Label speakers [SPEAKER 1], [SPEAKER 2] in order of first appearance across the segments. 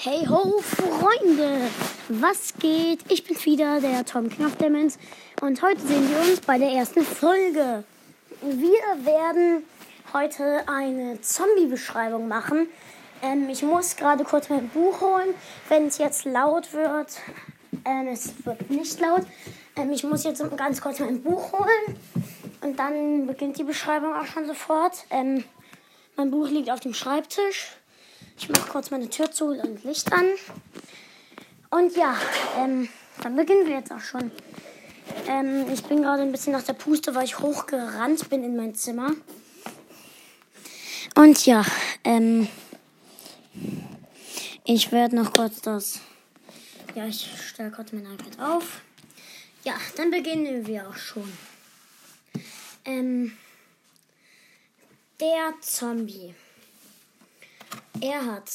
[SPEAKER 1] Hey ho, Freunde! Was geht? Ich bin's wieder, der Tom King of Demons. Und heute sehen wir uns bei der ersten Folge. Wir werden heute eine Zombie-Beschreibung machen. Ich muss gerade kurz mein Buch holen. Wenn es jetzt laut wird, es wird nicht laut. Ich muss jetzt ganz kurz mein Buch holen. Und dann beginnt die Beschreibung auch schon sofort. Mein Buch liegt auf dem Schreibtisch. Ich mache kurz meine Tür zu und Licht an. Und ja, dann beginnen wir jetzt auch schon. Ich bin gerade ein bisschen nach der Puste, weil ich hochgerannt bin in mein Zimmer. Und ja, ich werde noch kurz ich stelle kurz mein iPad auf. Ja, dann beginnen wir auch schon. Der Zombie. Er hat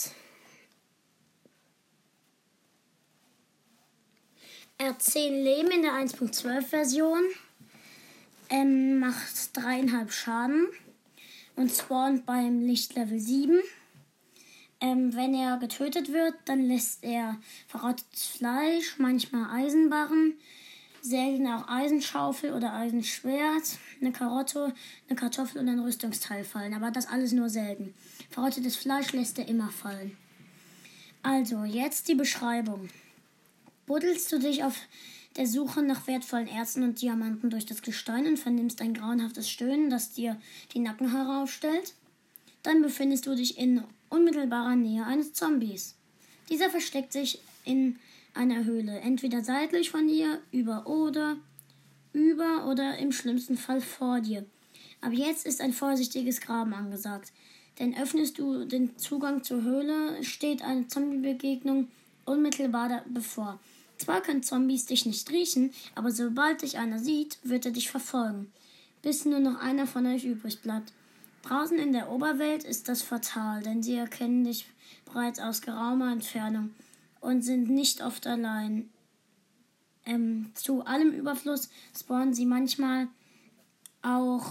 [SPEAKER 1] 10 Leben in der 1.12 Version, macht 3,5 Schaden und spawnt beim Lichtlevel 7. Wenn er getötet wird, dann lässt er verrottetes Fleisch, manchmal Eisenbarren, selten auch Eisenschaufel oder Eisenschwert, eine Karotte, eine Kartoffel und ein Rüstungsteil fallen. Aber das alles nur selten. Verrottetes Fleisch lässt er immer fallen. Also, jetzt die Beschreibung. Buddelst du dich auf der Suche nach wertvollen Erzen und Diamanten durch das Gestein und vernimmst ein grauenhaftes Stöhnen, das dir die Nackenhaare aufstellt? Dann befindest du dich in unmittelbarer Nähe eines Zombies. Dieser versteckt sich in einer Höhle, entweder seitlich von dir, über oder im schlimmsten Fall vor dir. Aber jetzt ist ein vorsichtiges Graben angesagt, denn öffnest du den Zugang zur Höhle, steht eine Zombie-Begegnung unmittelbar bevor. Zwar können Zombies dich nicht riechen, aber sobald dich einer sieht, wird er dich verfolgen, bis nur noch einer von euch übrig bleibt. Draußen in der Oberwelt ist das fatal, denn sie erkennen dich bereits aus geraumer Entfernung und sind nicht oft allein. Zu allem Überfluss spawnen sie manchmal auch,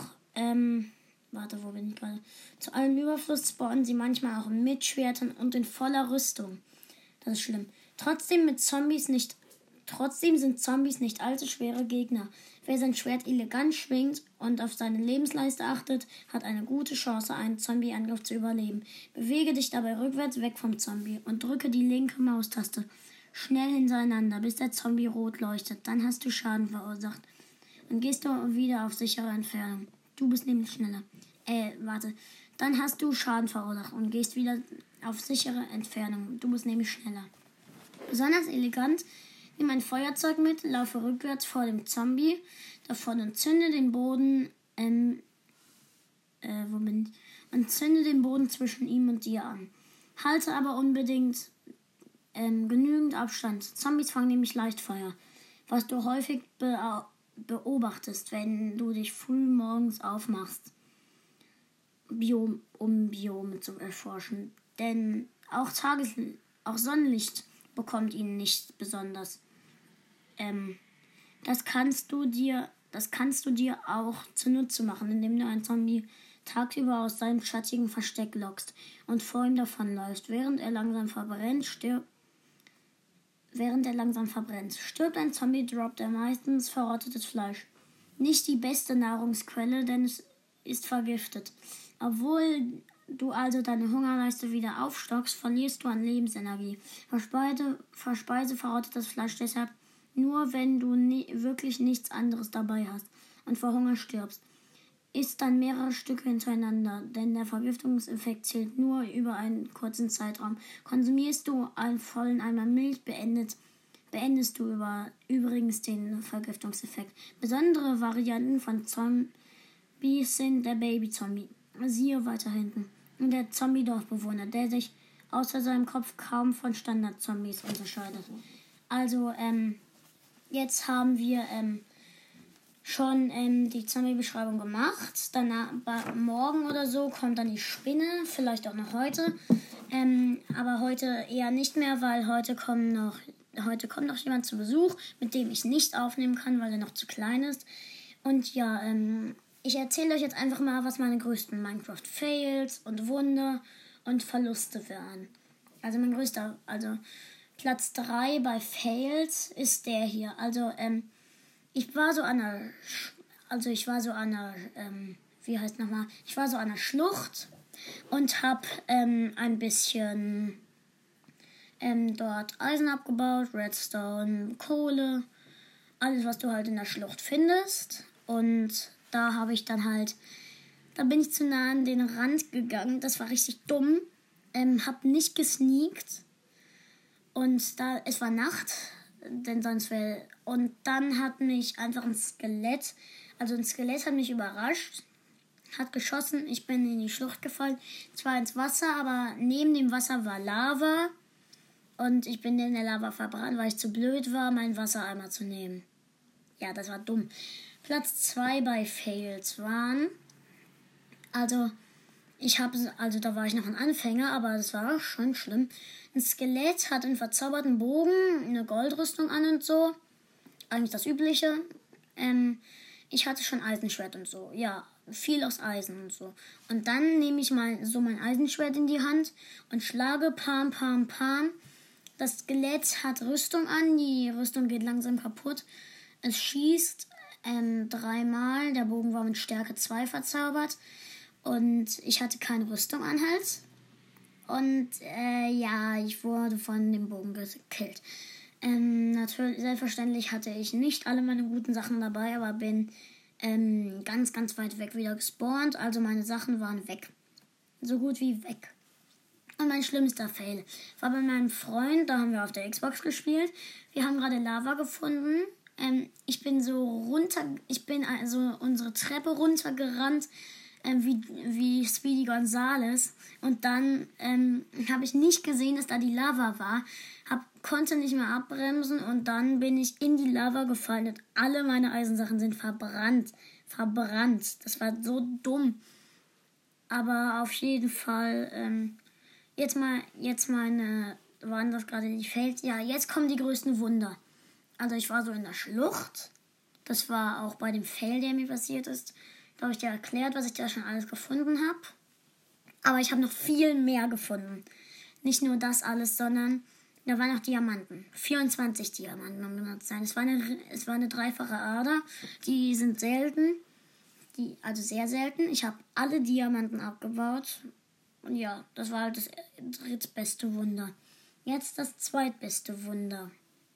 [SPEAKER 1] Zu allem Überfluss spawnen sie manchmal auch mit Schwertern und in voller Rüstung. Das ist schlimm. Trotzdem sind Zombies nicht allzu schwere Gegner. Wer sein Schwert elegant schwingt und auf seine Lebensleiste achtet, hat eine gute Chance, einen Zombie-Angriff zu überleben. Bewege dich dabei rückwärts weg vom Zombie und drücke die linke Maustaste schnell hintereinander, bis der Zombie rot leuchtet. Dann hast du Schaden verursacht. Dann gehst du wieder auf sichere Entfernung. Du bist nämlich schneller. Dann hast du Schaden verursacht und gehst wieder auf sichere Entfernung. Du bist nämlich schneller. Besonders elegant. Nimm ein Feuerzeug mit, laufe rückwärts vor dem Zombie davon und zünde den Boden, zünde den Boden zwischen ihm und dir an. Halte aber unbedingt genügend Abstand. Zombies fangen nämlich leicht Feuer, was du häufig beobachtest, wenn du dich früh morgens aufmachst, um Biome zu erforschen. Denn auch Sonnenlicht bekommt ihn nicht besonders. Das kannst du dir auch zunutze machen, indem du einen Zombie tagsüber aus seinem schattigen Versteck lockst und vor ihm davonläufst, während er langsam verbrennt. Stirbt ein Zombie, droppt er meistens verrottetes Fleisch. Nicht die beste Nahrungsquelle, denn es ist vergiftet. Obwohl du also deine Hungerleiste wieder aufstockst, verlierst du an Lebensenergie. Verspeise verrottetes Fleisch deshalb nur, wenn du wirklich nichts anderes dabei hast und vor Hunger stirbst. Isst dann mehrere Stücke hintereinander, denn der Vergiftungseffekt zählt nur über einen kurzen Zeitraum. Konsumierst du einen vollen Eimer Milch, beendest du übrigens den Vergiftungseffekt. Besondere Varianten von Zombies sind der Baby-Zombie, siehe weiter hinten, und der Zombie-Dorfbewohner, der sich außer seinem Kopf kaum von Standard-Zombies unterscheidet. Also, jetzt haben wir schon die Zombie-Beschreibung gemacht. Danach, morgen oder so, kommt dann die Spinne, vielleicht auch noch heute. Aber heute eher nicht mehr, weil heute kommt noch jemand zu Besuch, mit dem ich nicht aufnehmen kann, weil er noch zu klein ist. Und ja, ich erzähle euch jetzt einfach mal, was meine größten Minecraft-Fails und Wunder und Verluste wären. Also mein größter, also Platz 3 bei Fails ist der hier. Also ich war so an einer, wie heißt nochmal? Ich war so an einer Schlucht und habe ein bisschen dort Eisen abgebaut, Redstone, Kohle, alles, was du halt in der Schlucht findest. Und da habe ich dann halt, da bin ich zu nah an den Rand gegangen. Das war richtig dumm. Hab nicht gesneakt. Und es war Nacht, denn sonst wäre. Und dann hat mich einfach ein Skelett hat mich überrascht, hat geschossen. Ich bin in die Schlucht gefallen, zwar ins Wasser, aber neben dem Wasser war Lava. Und ich bin in der Lava verbrannt, weil ich zu blöd war, meinen Wassereimer zu nehmen. Ja, das war dumm. Platz 2 bei Fails waren. Da war ich noch ein Anfänger, aber das war schon schlimm. Ein Skelett hat einen verzauberten Bogen, eine Goldrüstung an und so. Eigentlich das Übliche. Ich hatte schon Eisenschwert und so. Ja, viel aus Eisen und so. Und dann nehme ich mal so mein Eisenschwert in die Hand und schlage pam, pam, pam. Das Skelett hat Rüstung an, die Rüstung geht langsam kaputt. Es schießt 3-mal, der Bogen war mit Stärke 2 verzaubert und ich hatte keine Rüstung an Hals. Und ich wurde von dem Bogen gekillt. Natürlich, selbstverständlich hatte ich nicht alle meine guten Sachen dabei, aber bin ganz, ganz weit weg wieder gespawnt. Also meine Sachen waren weg. So gut wie weg. Und mein schlimmster Fail war bei meinem Freund, da haben wir auf der Xbox gespielt. Wir haben gerade Lava gefunden. Ich bin also unsere Treppe runtergerannt, wie Speedy Gonzales. Und dann habe ich nicht gesehen, dass da die Lava war. Konnte nicht mehr abbremsen und dann bin ich in die Lava gefallen und alle meine Eisensachen sind verbrannt. Das war so dumm. Aber auf jeden Fall, waren das gerade die Fails? Ja, jetzt kommen die größten Wunder. Also ich war so in der Schlucht. Das war auch bei dem Fail, der mir passiert ist. Da habe ich dir erklärt, was ich da schon alles gefunden habe. Aber ich habe noch viel mehr gefunden. Nicht nur das alles, sondern da waren noch Diamanten. 24 Diamanten, um genau zu sein. Es war eine dreifache Ader. Die sind selten. Also sehr selten. Ich habe alle Diamanten abgebaut. Und ja, das war halt das drittbeste Wunder. Jetzt das zweitbeste Wunder.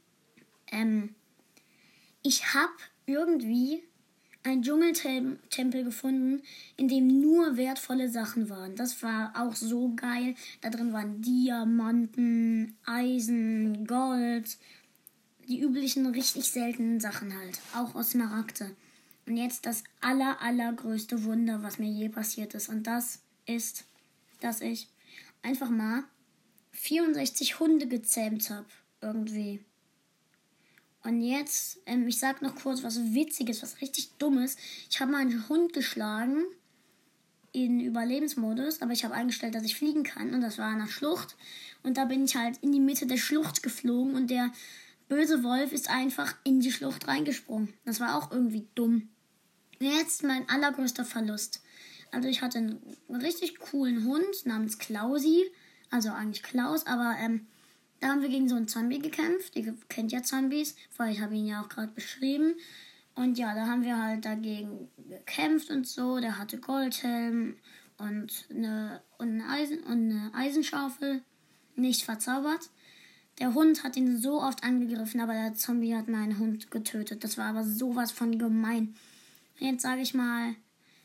[SPEAKER 1] Ich habe irgendwie einen Dschungeltempel gefunden, in dem nur wertvolle Sachen waren. Das war auch so geil. Da drin waren Diamanten, Eisen, Gold, die üblichen, richtig seltenen Sachen halt. Auch aus Smaragde. Und jetzt das allergrößte Wunder, was mir je passiert ist. Und das ist, dass ich einfach mal 64 Hunde gezähmt habe. Irgendwie. Und jetzt, ich sag noch kurz was Witziges, was richtig Dummes. Ich habe mal einen Hund geschlagen in Überlebensmodus, aber ich habe eingestellt, dass ich fliegen kann. Und das war eine Schlucht. Und da bin ich halt in die Mitte der Schlucht geflogen und der böse Wolf ist einfach in die Schlucht reingesprungen. Das war auch irgendwie dumm. Jetzt mein allergrößter Verlust. Also ich hatte einen richtig coolen Hund namens Klausi. Also eigentlich Klaus, aber da haben wir gegen so einen Zombie gekämpft. Ihr kennt ja Zombies, weil ich habe ihn ja auch gerade beschrieben. Und ja, da haben wir halt dagegen gekämpft und so. Der hatte Goldhelm und eine Eisenschaufel. Nicht verzaubert. Der Hund hat ihn so oft angegriffen, aber der Zombie hat meinen Hund getötet. Das war aber sowas von gemein. Jetzt sage ich mal,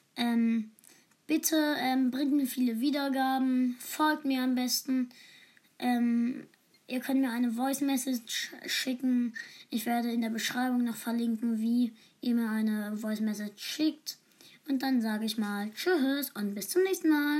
[SPEAKER 1] bitte bringt mir viele Wiedergaben, folgt mir am besten. Ihr könnt mir eine Voice Message schicken. Ich werde in der Beschreibung noch verlinken, wie ihr mir eine Voice Message schickt. Und dann sage ich mal Tschüss und bis zum nächsten Mal.